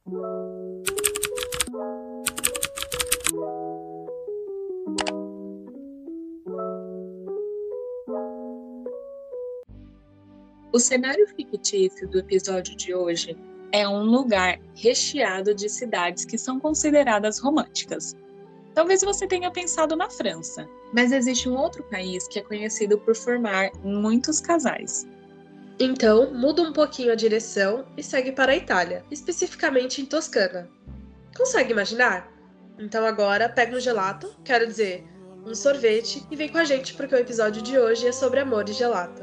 O cenário fictício do episódio de hoje é um lugar recheado de cidades que são consideradas românticas. Talvez você tenha pensado na França, mas existe um outro país que é conhecido por formar muitos casais. Então, muda um pouquinho a direção e segue para a Itália, especificamente em Toscana. Consegue imaginar? Então agora pega um gelato, quero dizer, um sorvete, e vem com a gente porque o episódio de hoje é sobre amor e gelato.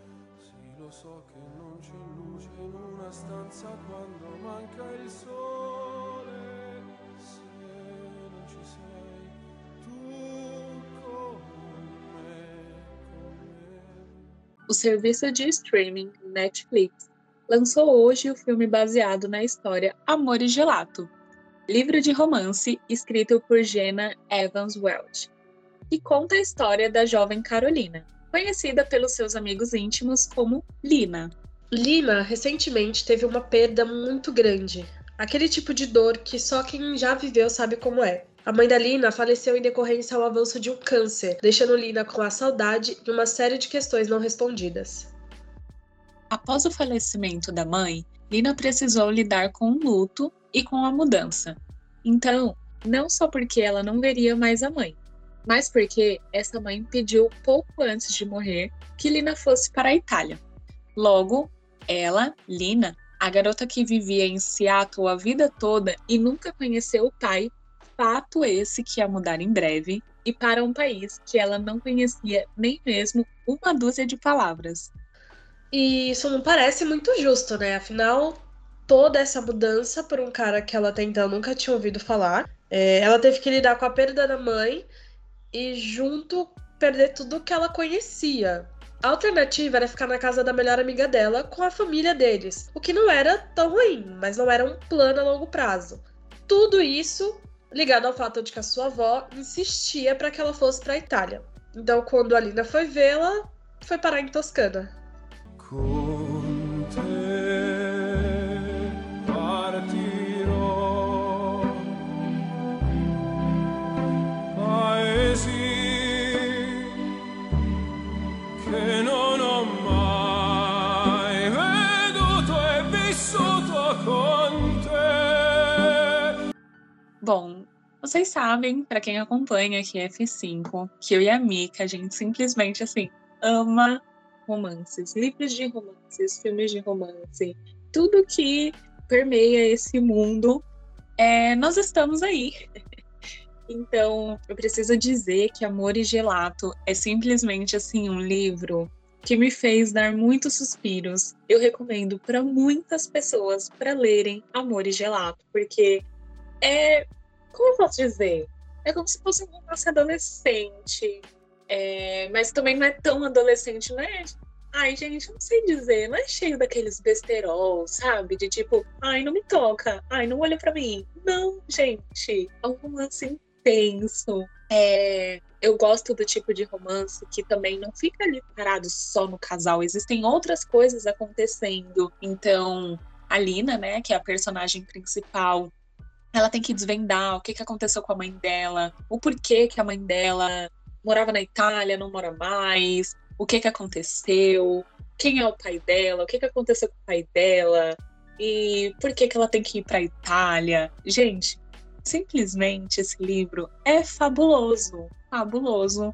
O serviço de streaming Netflix lançou hoje o filme baseado na história Amor e Gelato, livro de romance escrito por Jenna Evans Welch, que conta a história da jovem Carolina, conhecida pelos seus amigos íntimos como Lina. Lina recentemente teve uma perda muito grande, aquele tipo de dor que só quem já viveu sabe como é. A mãe da Lina faleceu em decorrência ao avanço de um câncer, deixando Lina com a saudade e uma série de questões não respondidas. Após o falecimento da mãe, Lina precisou lidar com o luto e com a mudança. Então, não só porque ela não veria mais a mãe, mas porque essa mãe pediu pouco antes de morrer que Lina fosse para a Itália. Logo, ela, Lina, a garota que vivia em Seattle a vida toda e nunca conheceu o pai, fato esse que ia mudar em breve, e para um país que ela não conhecia nem mesmo uma dúzia de palavras. E isso não parece muito justo, né? Afinal, toda essa mudança por um cara que ela até então nunca tinha ouvido falar. Ela teve que lidar com a perda da mãe e junto perder tudo que ela conhecia. A alternativa era ficar na casa da melhor amiga dela com a família deles, o que não era tão ruim, mas não era um plano a longo prazo. Tudo isso ligado ao fato de que a sua avó insistia para que ela fosse para a Itália. Então, quando a Lina foi vê-la, foi parar em Toscana. Con te partirò, paesi che non ho mai veduto e vissuto con te. Bom, vocês sabem, para quem acompanha aqui F5, que eu e a Mika, a gente simplesmente assim ama romances, livros de romances, filmes de romance, tudo que permeia esse mundo, nós estamos aí. Então, eu preciso dizer que Amor e Gelato é simplesmente assim um livro que me fez dar muitos suspiros. Eu recomendo para muitas pessoas para lerem Amor e Gelato, porque como eu posso dizer? É como se fosse um romance adolescente, mas também não é tão adolescente, não é? Ai, gente, eu não sei dizer, não é cheio daqueles besterol, sabe? De tipo, ai, não me toca, ai, não olha pra mim. Não, gente, é um romance intenso. Eu gosto do tipo de romance que também não fica ali parado só no casal, existem outras coisas acontecendo. Então, a Lina, né, que é a personagem principal, ela tem que desvendar o que aconteceu com a mãe dela, o porquê que a mãe dela morava na Itália, não mora mais, o que aconteceu, quem é o pai dela, o que aconteceu com o pai dela, e por que ela tem que ir para a Itália. Gente, simplesmente esse livro é fabuloso, fabuloso.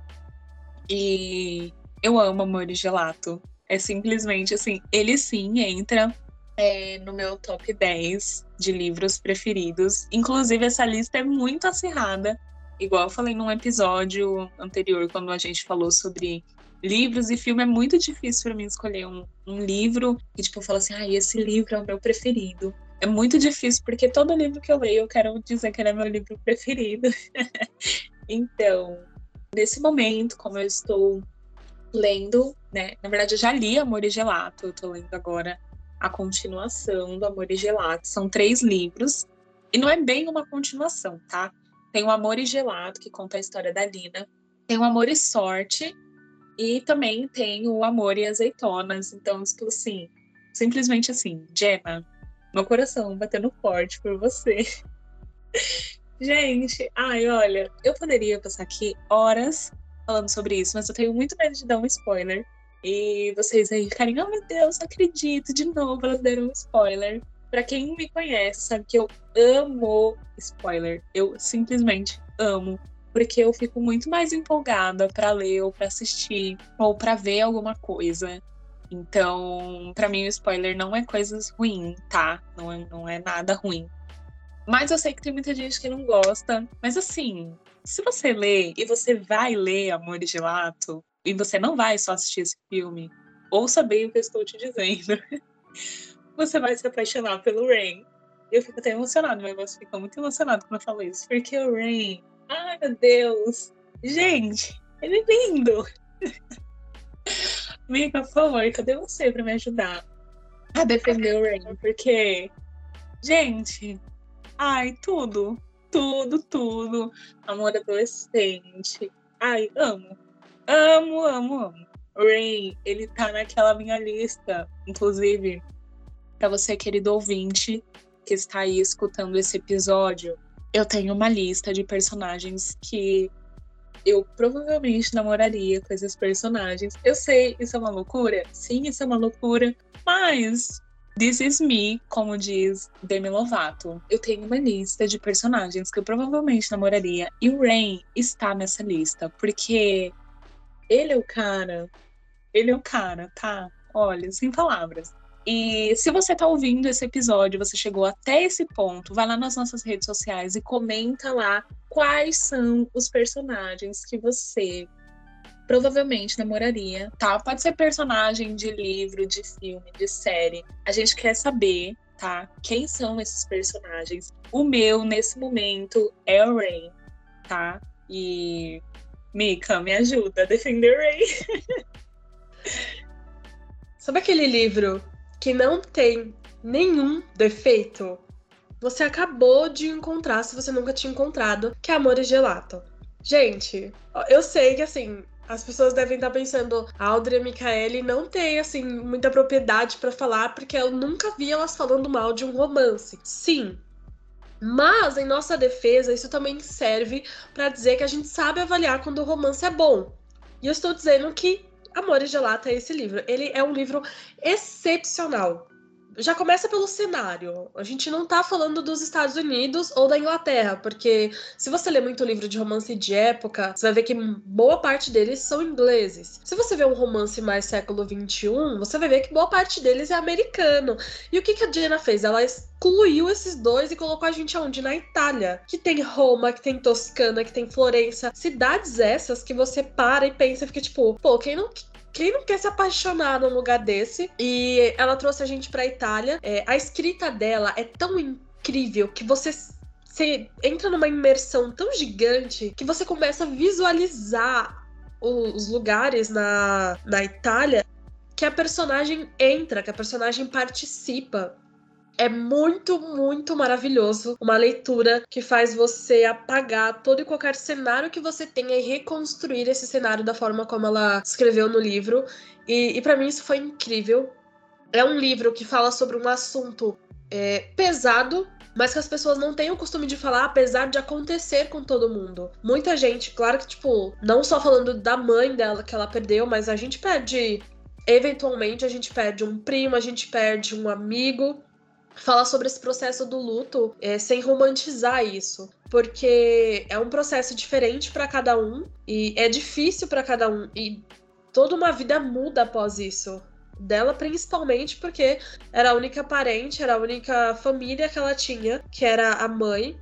E eu amo Amor e Gelato. É simplesmente assim, ele sim entra no meu top 10 de livros preferidos. Inclusive, essa lista é muito acirrada. Igual eu falei num episódio anterior, quando a gente falou sobre livros e filme, é muito difícil para mim escolher um livro e, tipo, eu falo assim, esse livro é o meu preferido. É muito difícil, porque todo livro que eu leio, eu quero dizer que ele é meu livro preferido. Então, nesse momento, como eu estou lendo, né? Na verdade, eu já li Amor e Gelato, eu tô lendo agora a continuação do Amor e Gelato. São 3 livros, e não é bem uma continuação, tá? Tem o Amor e Gelato, que conta a história da Lina. Tem o Amor e Sorte, e também tem o Amor e Azeitonas. Então, tipo assim, simplesmente assim, Gemma, Meu coração batendo forte por você. Gente, olha, eu poderia passar aqui horas falando sobre isso, mas eu tenho muito medo de dar um spoiler. E vocês aí ficarem, oh meu Deus, não acredito, de novo elas deram um spoiler. Pra quem me conhece, sabe que eu amo spoiler. Eu simplesmente amo. Porque eu fico muito mais empolgada pra ler ou pra assistir ou pra ver alguma coisa. Então, pra mim o spoiler não é coisas ruins, tá? Não é nada ruim. Mas eu sei que tem muita gente que não gosta. Mas assim, se você lê e você vai ler Amor e Gelato, e você não vai só assistir esse filme, ouça bem o que eu estou te dizendo. Você vai se apaixonar pelo Rain. Eu fico até emocionada, meu irmão fica muito emocionado quando eu falo isso. Porque o Rain, ai meu Deus, gente, ele é lindo. Mica, por favor, cadê você pra me ajudar a defender o Rain? Porque, gente, tudo. Amor adolescente. Amo. O Rain, ele tá naquela minha lista, inclusive, pra você, querido ouvinte, que está aí escutando esse episódio, eu tenho uma lista de personagens que eu provavelmente namoraria com esses personagens. Eu sei, isso é uma loucura? Sim, isso é uma loucura, mas this is me, como diz Demi Lovato. Eu tenho uma lista de personagens que eu provavelmente namoraria, e o Rain está nessa lista, porque ele é o cara, tá? Olha, sem palavras. E se você tá ouvindo esse episódio, você chegou até esse ponto, vai lá nas nossas redes sociais e comenta lá quais são os personagens que você provavelmente namoraria, tá? Pode ser personagem de livro, de filme, de série. A gente quer saber, tá? Quem são esses personagens. O meu, nesse momento, é o Rain, tá? E Mica, me ajuda a defender o Rain. Sabe aquele livro que não tem nenhum defeito? Você acabou de encontrar, se você nunca tinha encontrado, que é Amor e Gelato. Gente, eu sei que, assim, as pessoas devem estar pensando, a Audrey e a Micaele não tem, assim, muita propriedade pra falar, porque eu nunca vi elas falando mal de um romance. Sim, mas, em nossa defesa, isso também serve pra dizer que a gente sabe avaliar quando o romance é bom. E eu estou dizendo que Amor e Gelato é esse livro. Ele é um livro excepcional. Já começa pelo cenário. A gente não tá falando dos Estados Unidos ou da Inglaterra, porque se você lê muito livro de romance de época, você vai ver que boa parte deles são ingleses. Se você vê um romance mais século XXI, você vai ver que boa parte deles é americano. E o que a Jenna fez? Ela excluiu esses dois e colocou a gente aonde? Na Itália. Que tem Roma, que tem Toscana, que tem Florença. Cidades essas que você para e pensa e fica tipo, pô, quem não quer se apaixonar num lugar desse? E ela trouxe a gente pra Itália. A escrita dela é tão incrível que você entra numa imersão tão gigante que você começa a visualizar os lugares na Itália que a personagem entra, que a personagem participa. É muito, muito maravilhoso. Uma leitura que faz você apagar todo e qualquer cenário que você tenha e reconstruir esse cenário da forma como ela escreveu no livro. E pra mim isso foi incrível. É um livro que fala sobre um assunto pesado, mas que as pessoas não têm o costume de falar, apesar de acontecer com todo mundo. Muita gente, claro que, tipo, não só falando da mãe dela que ela perdeu, mas a gente perde, eventualmente, a gente perde um primo, a gente perde um amigo. Fala sobre esse processo do luto sem romantizar isso, porque é um processo diferente para cada um e é difícil para cada um e toda uma vida muda após isso. Dela principalmente porque era a única parente, era a única família que ela tinha, que era a mãe.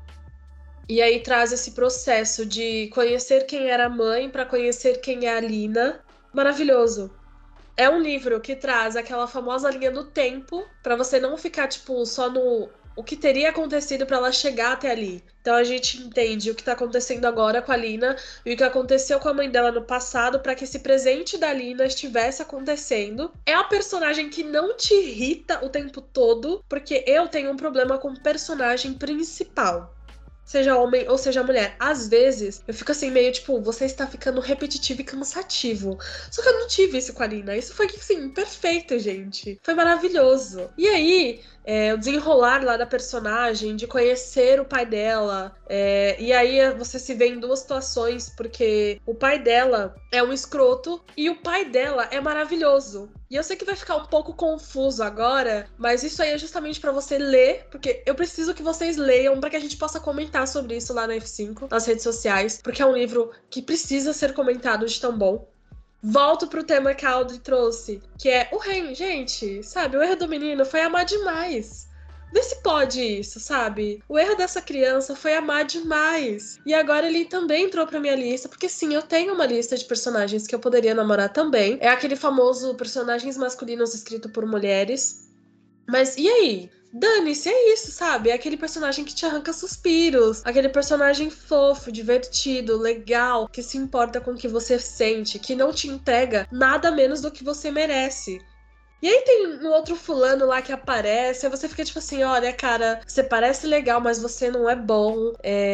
E aí traz esse processo de conhecer quem era a mãe para conhecer quem é a Lina. Maravilhoso. É um livro que traz aquela famosa linha do tempo pra você não ficar, tipo, só no o que teria acontecido pra ela chegar até ali. Então a gente entende o que tá acontecendo agora com a Lina e o que aconteceu com a mãe dela no passado pra que esse presente da Lina estivesse acontecendo. É a personagem que não te irrita o tempo todo, porque eu tenho um problema com o personagem principal. Seja homem ou seja mulher. Às vezes, eu fico assim, meio tipo, você está ficando repetitivo e cansativo. Só que eu não tive isso com a Lina. Isso foi, assim, perfeito, gente. Foi maravilhoso. E aí, o desenrolar lá da personagem, de conhecer o pai dela. E aí você se vê em duas situações, porque o pai dela é um escroto e o pai dela é maravilhoso. E eu sei que vai ficar um pouco confuso agora, mas isso aí é justamente pra você ler, porque eu preciso que vocês leiam pra que a gente possa comentar sobre isso lá na F5, nas redes sociais, porque é um livro que precisa ser comentado de tão bom. Volto pro tema que a Audrey trouxe, que é o Ren, gente, sabe? O erro do menino foi amar demais. Vê se pode isso, sabe? O erro dessa criança foi amar demais. E agora ele também entrou pra minha lista, porque sim, eu tenho uma lista de personagens que eu poderia namorar também. É aquele famoso personagens masculinos escrito por mulheres. Mas e aí? Dane-se, é isso, sabe? É aquele personagem que te arranca suspiros, aquele personagem fofo, divertido, legal, que se importa com o que você sente, que não te entrega nada menos do que você merece. E aí tem um outro fulano lá que aparece, aí você fica tipo assim, olha, cara, você parece legal, mas você não é bom.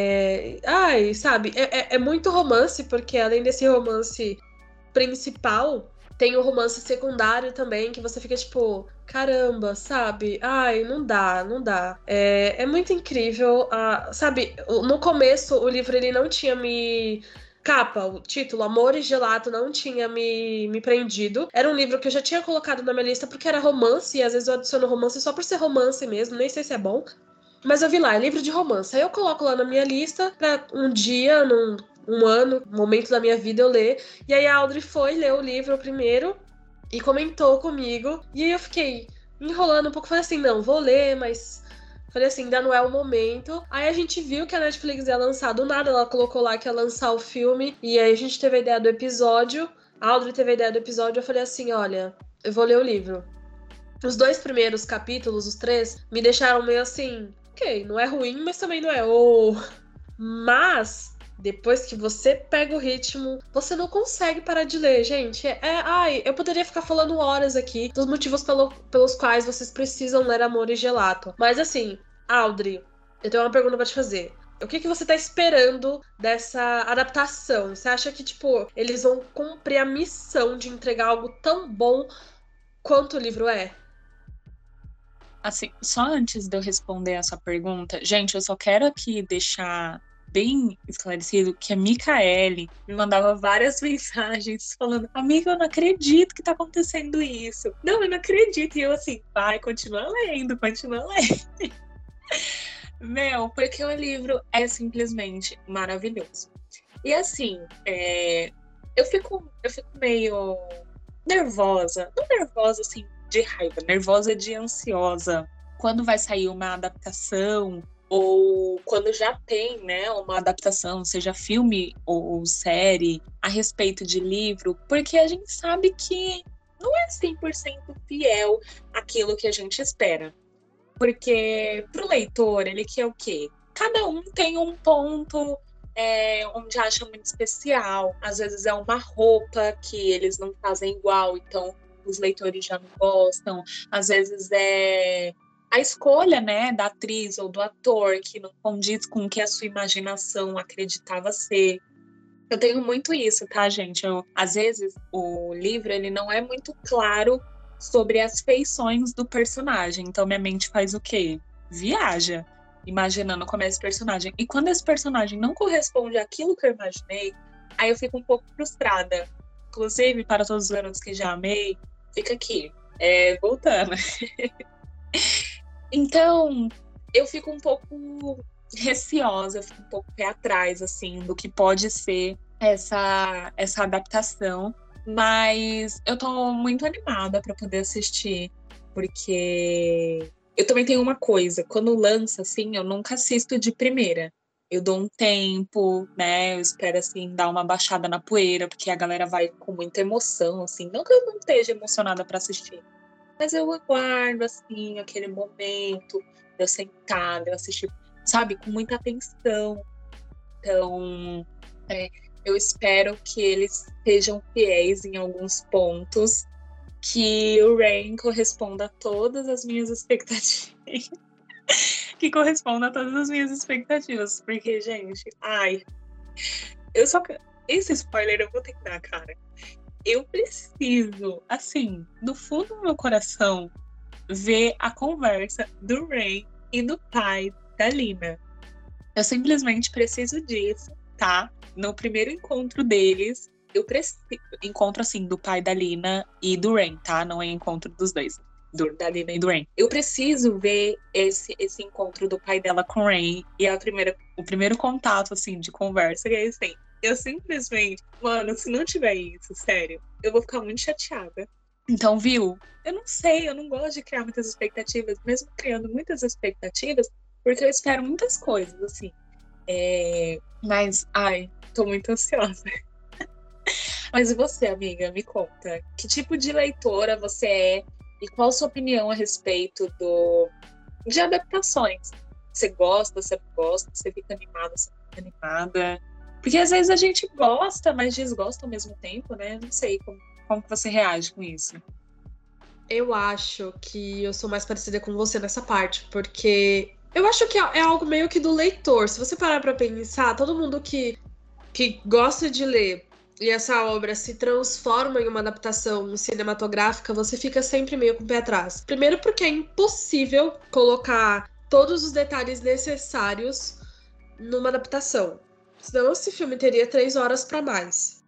Ai, sabe? É muito romance, porque além desse romance principal, tem o romance secundário também, que você fica tipo, caramba, sabe? Ai, não dá, não dá. É muito incrível. Sabe, no começo o livro ele não tinha me... Capa, o título, Amor e Gelato, não tinha me prendido. Era um livro que eu já tinha colocado na minha lista porque era romance, e às vezes eu adiciono romance só por ser romance mesmo, nem sei se é bom. Mas eu vi lá, é livro de romance. Aí eu coloco lá na minha lista pra um dia, um ano, um momento da minha vida eu ler. E aí a Audrey foi ler o livro primeiro e comentou comigo. E aí eu fiquei enrolando um pouco, falei assim, não, vou ler, mas... Falei assim, ainda não é o momento. Aí a gente viu que a Netflix ia lançar do nada, ela colocou lá que ia lançar o filme. E aí a gente teve a ideia do episódio, a Audrey teve a ideia do episódio, eu falei assim, olha, eu vou ler o livro. Os 2 primeiros capítulos, os 3, me deixaram meio assim, ok, não é ruim, mas também não é Mas, depois que você pega o ritmo, você não consegue parar de ler, gente. Ai, eu poderia ficar falando horas aqui dos motivos pelos quais vocês precisam ler Amor e Gelato. Mas assim, Audrey, eu tenho uma pergunta pra te fazer. O que você tá esperando dessa adaptação? Você acha que, tipo, eles vão cumprir a missão de entregar algo tão bom quanto o livro é? Assim, só antes de eu responder essa pergunta, gente, eu só quero aqui deixar bem esclarecido que a Micaele me mandava várias mensagens falando, amiga, eu não acredito que tá acontecendo isso. Não, eu não acredito. E eu assim, vai, continua lendo, continua lendo. Meu, porque o livro é simplesmente maravilhoso. E assim, eu fico meio nervosa. Não nervosa, assim, de raiva, nervosa de ansiosa. Quando vai sair uma adaptação, ou quando já tem, né, uma adaptação, seja filme ou série, a respeito de livro, porque a gente sabe que não é 100% fiel àquilo que a gente espera. Porque pro leitor, ele quer o quê? Cada um tem um ponto onde acha muito especial. Às vezes é uma roupa que eles não fazem igual, então os leitores já não gostam. Às vezes é a escolha, né, da atriz ou do ator que não condiz com o que a sua imaginação acreditava ser. Eu tenho muito isso, tá, gente? Às vezes o livro ele não é muito claro sobre as feições do personagem. Então minha mente faz o quê? Viaja, imaginando como é esse personagem. E quando esse personagem não corresponde àquilo que eu imaginei, aí eu fico um pouco frustrada. Inclusive, para todos os garotos que já amei, fica aqui, voltando. Então, eu fico um pouco receosa, eu fico um pouco pé atrás, assim, do que pode ser essa adaptação. Mas eu tô muito animada para poder assistir, porque eu também tenho uma coisa, quando lança, assim, eu nunca assisto de primeira. Eu dou um tempo, né, eu espero, assim, dar uma baixada na poeira, porque a galera vai com muita emoção, assim, não que eu não esteja emocionada para assistir, mas eu aguardo, assim, aquele momento de eu sentar, de eu assistir, sabe, com muita atenção. Então, eu espero que eles sejam fiéis em alguns pontos, que o Rain corresponda a todas as minhas expectativas. Que corresponda a todas as minhas expectativas. Porque, gente, esse spoiler eu vou ter que dar, cara. Eu preciso, assim, do fundo do meu coração, ver a conversa do Ray e do pai da Lina. Eu simplesmente preciso disso, tá? No primeiro encontro deles, encontro assim do pai da Lina e do Ray, tá? Não é encontro dos dois, da Lina e do Ray. Eu preciso ver esse encontro do pai dela com o Ray e o primeiro contato assim de conversa que eles têm. Eu simplesmente, mano, se não tiver isso, sério, eu vou ficar muito chateada. Então, viu? Eu não sei, eu não gosto de criar muitas expectativas, mesmo criando muitas expectativas, porque eu espero muitas coisas, assim. Mas, tô muito ansiosa. Mas e você, amiga? Me conta. Que tipo de leitora você é e qual a sua opinião a respeito de adaptações? Você gosta, você não gosta, você fica animada, você não fica animada? Porque às vezes a gente gosta, mas desgosta ao mesmo tempo, né? Não sei como que você reage com isso. Eu acho que eu sou mais parecida com você nessa parte, porque eu acho que é algo meio que do leitor. Se você parar pra pensar, todo mundo que gosta de ler e essa obra se transforma em uma adaptação cinematográfica, você fica sempre meio com o pé atrás. Primeiro porque é impossível colocar todos os detalhes necessários numa adaptação. Senão esse filme teria 3 horas pra mais.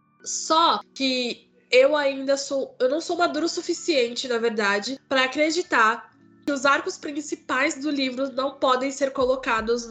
Só que eu não sou maduro o suficiente, na verdade, para acreditar que os arcos principais do livro não podem ser colocados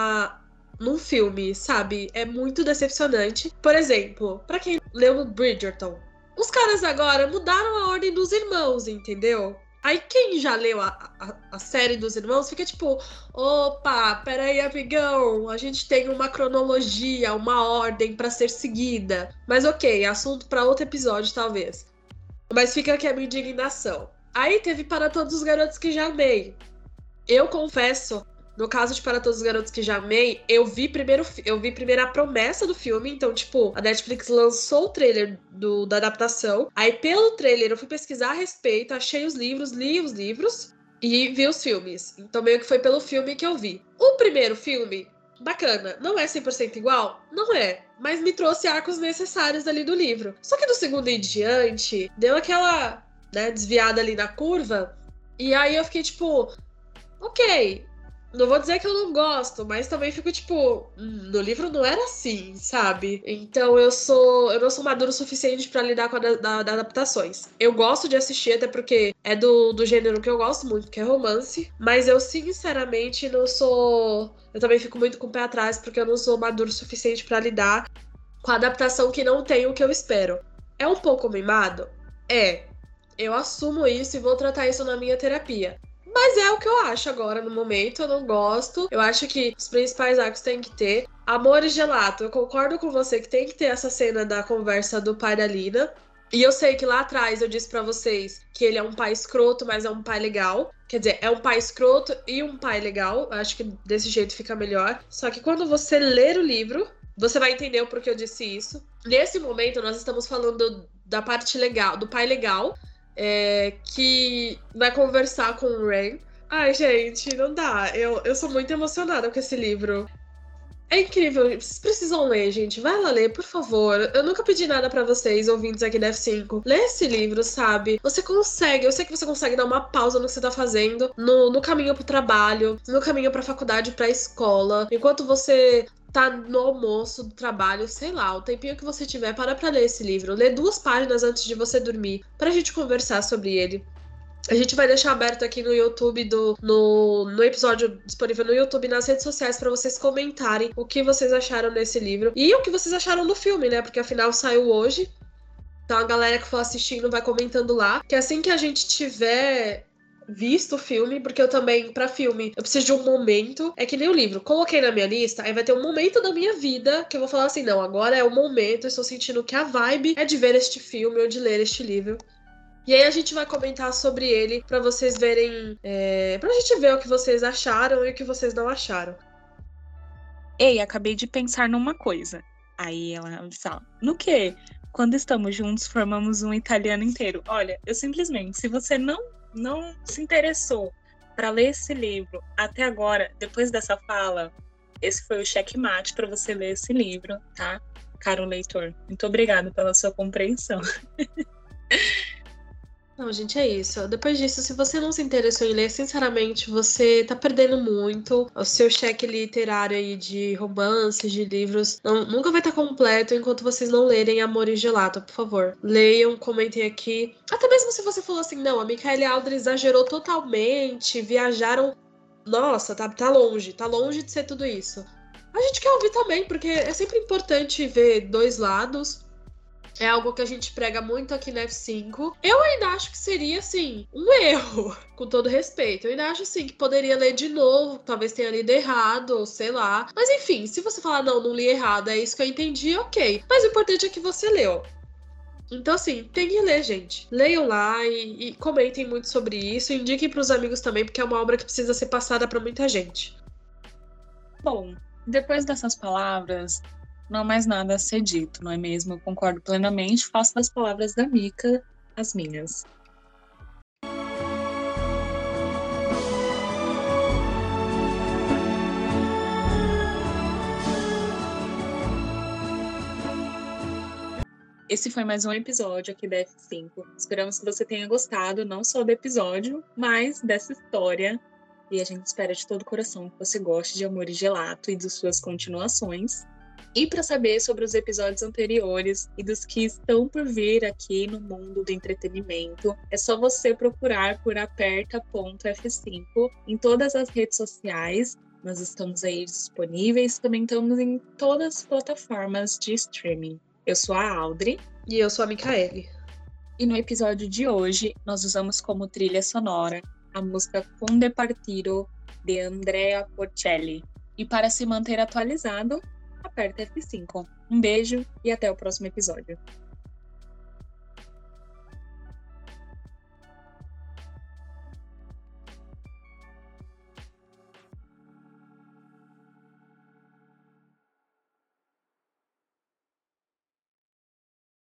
num filme, sabe? É muito decepcionante. Por exemplo, para quem leu Bridgerton, os caras agora mudaram a ordem dos irmãos, entendeu? Aí quem já leu a série dos irmãos fica tipo, opa, peraí, amigão, a gente tem uma cronologia, uma ordem pra ser seguida. Mas ok, assunto pra outro episódio talvez. Mas fica aqui a minha indignação. Aí teve Para Todos os Garotos que Já Amei. Eu confesso, no caso de Para Todos os Garotos que Já Amei, eu vi primeiro a promessa do filme. Então, tipo, a Netflix lançou o trailer da adaptação. Aí, pelo trailer, eu fui pesquisar a respeito, achei os livros, li os livros e vi os filmes. Então, meio que foi pelo filme que eu vi. O primeiro filme, bacana. Não é 100% igual? Não é. Mas me trouxe arcos necessários ali do livro. Só que do segundo em diante, deu aquela, desviada ali na curva. E aí eu fiquei tipo, ok, não vou dizer que eu não gosto, mas também fico tipo, no livro não era assim, sabe? Então eu não sou maduro o suficiente pra lidar com adaptações. Eu gosto de assistir, até porque é do gênero que eu gosto muito, que é romance, mas eu sinceramente não sou... Eu também fico muito com o pé atrás, porque eu não sou maduro o suficiente pra lidar com a adaptação que não tem o que eu espero. É um pouco mimado? É. Eu assumo isso e vou tratar isso na minha terapia. Mas é o que eu acho agora, no momento. Eu não gosto. Eu acho que os principais arcos tem que ter. Amor e Gelato, eu concordo com você que tem que ter essa cena da conversa do pai da Lina. E eu sei que lá atrás eu disse pra vocês que ele é um pai escroto, mas é um pai legal. Quer dizer, é um pai escroto e um pai legal. Eu acho que desse jeito fica melhor. Só que quando você ler o livro, você vai entender o porquê eu disse isso. Nesse momento, nós estamos falando da parte legal, do pai legal. Que vai conversar com o Ray. Ai, gente, não dá. Eu sou muito emocionada com esse livro. É incrível. Vocês precisam ler, gente. Vai lá ler, por favor. Eu nunca pedi nada pra vocês, ouvintes aqui da F5. Lê esse livro, sabe? Você consegue. Eu sei que você consegue dar uma pausa no que você tá fazendo. No caminho pro trabalho. No caminho pra faculdade, pra escola. Enquanto você tá no almoço do trabalho, sei lá, o tempinho que você tiver, para pra ler esse livro. Lê 2 páginas antes de você dormir, pra gente conversar sobre ele. A gente vai deixar aberto aqui no YouTube, no episódio disponível no YouTube e nas redes sociais pra vocês comentarem o que vocês acharam desse livro. E o que vocês acharam do filme, né? Porque afinal saiu hoje. Então a galera que for assistindo vai comentando lá. Que assim que a gente tiver visto o filme, porque eu também, pra filme, eu preciso de um momento. É que nem o livro. Coloquei na minha lista, aí vai ter um momento da minha vida que eu vou falar assim, não, agora é o momento, eu estou sentindo que a vibe é de ver este filme ou de ler este livro. E aí a gente vai comentar sobre ele pra vocês verem, pra gente ver o que vocês acharam e o que vocês não acharam. Ei, acabei de pensar numa coisa. Aí ela fala, no quê? Quando estamos juntos, formamos um italiano inteiro. Olha, eu simplesmente, se você não se interessou para ler esse livro até agora, depois dessa fala, esse foi o checkmate para você ler esse livro, tá? Caro leitor, muito obrigada pela sua compreensão. Não, gente, é isso. Depois disso, se você não se interessou em ler, sinceramente, você tá perdendo muito. O seu cheque literário aí de romances, de livros, nunca vai estar completo enquanto vocês não lerem Amor e Gelato, por favor. Leiam, comentem aqui. Até mesmo se você falou assim, não, a Micaela Aldrin exagerou totalmente, viajaram... Nossa, tá longe de ser tudo isso. A gente quer ouvir também, porque é sempre importante ver dois lados. É algo que a gente prega muito aqui na F5. Eu ainda acho que seria, assim, um erro, com todo respeito. Eu ainda acho, assim, que poderia ler de novo, talvez tenha lido errado, sei lá. Mas enfim, se você falar, não li errado, é isso que eu entendi, ok. Mas o importante é que você leu. Então, assim, tem que ler, gente. Leiam lá e comentem muito sobre isso. Indiquem pros amigos também, porque é uma obra que precisa ser passada pra muita gente. Bom, depois dessas palavras, não há mais nada a ser dito, não é mesmo? Eu concordo plenamente, faço das palavras da Mika as minhas. Esse foi mais um episódio aqui da F5. Esperamos que você tenha gostado, não só do episódio, mas dessa história. E a gente espera de todo o coração que você goste de Amor e Gelato e de suas continuações. E para saber sobre os episódios anteriores e dos que estão por vir aqui no mundo do entretenimento, é só você procurar por aperta.f5 em todas as redes sociais. Nós estamos aí disponíveis, também estamos em todas as plataformas de streaming. Eu sou a Aldri. E eu sou a Micaele. E no episódio de hoje, nós usamos como trilha sonora a música Con de Partiro, de Andrea Bocelli. E para se manter atualizado, aperta F5. Um beijo e até o próximo episódio.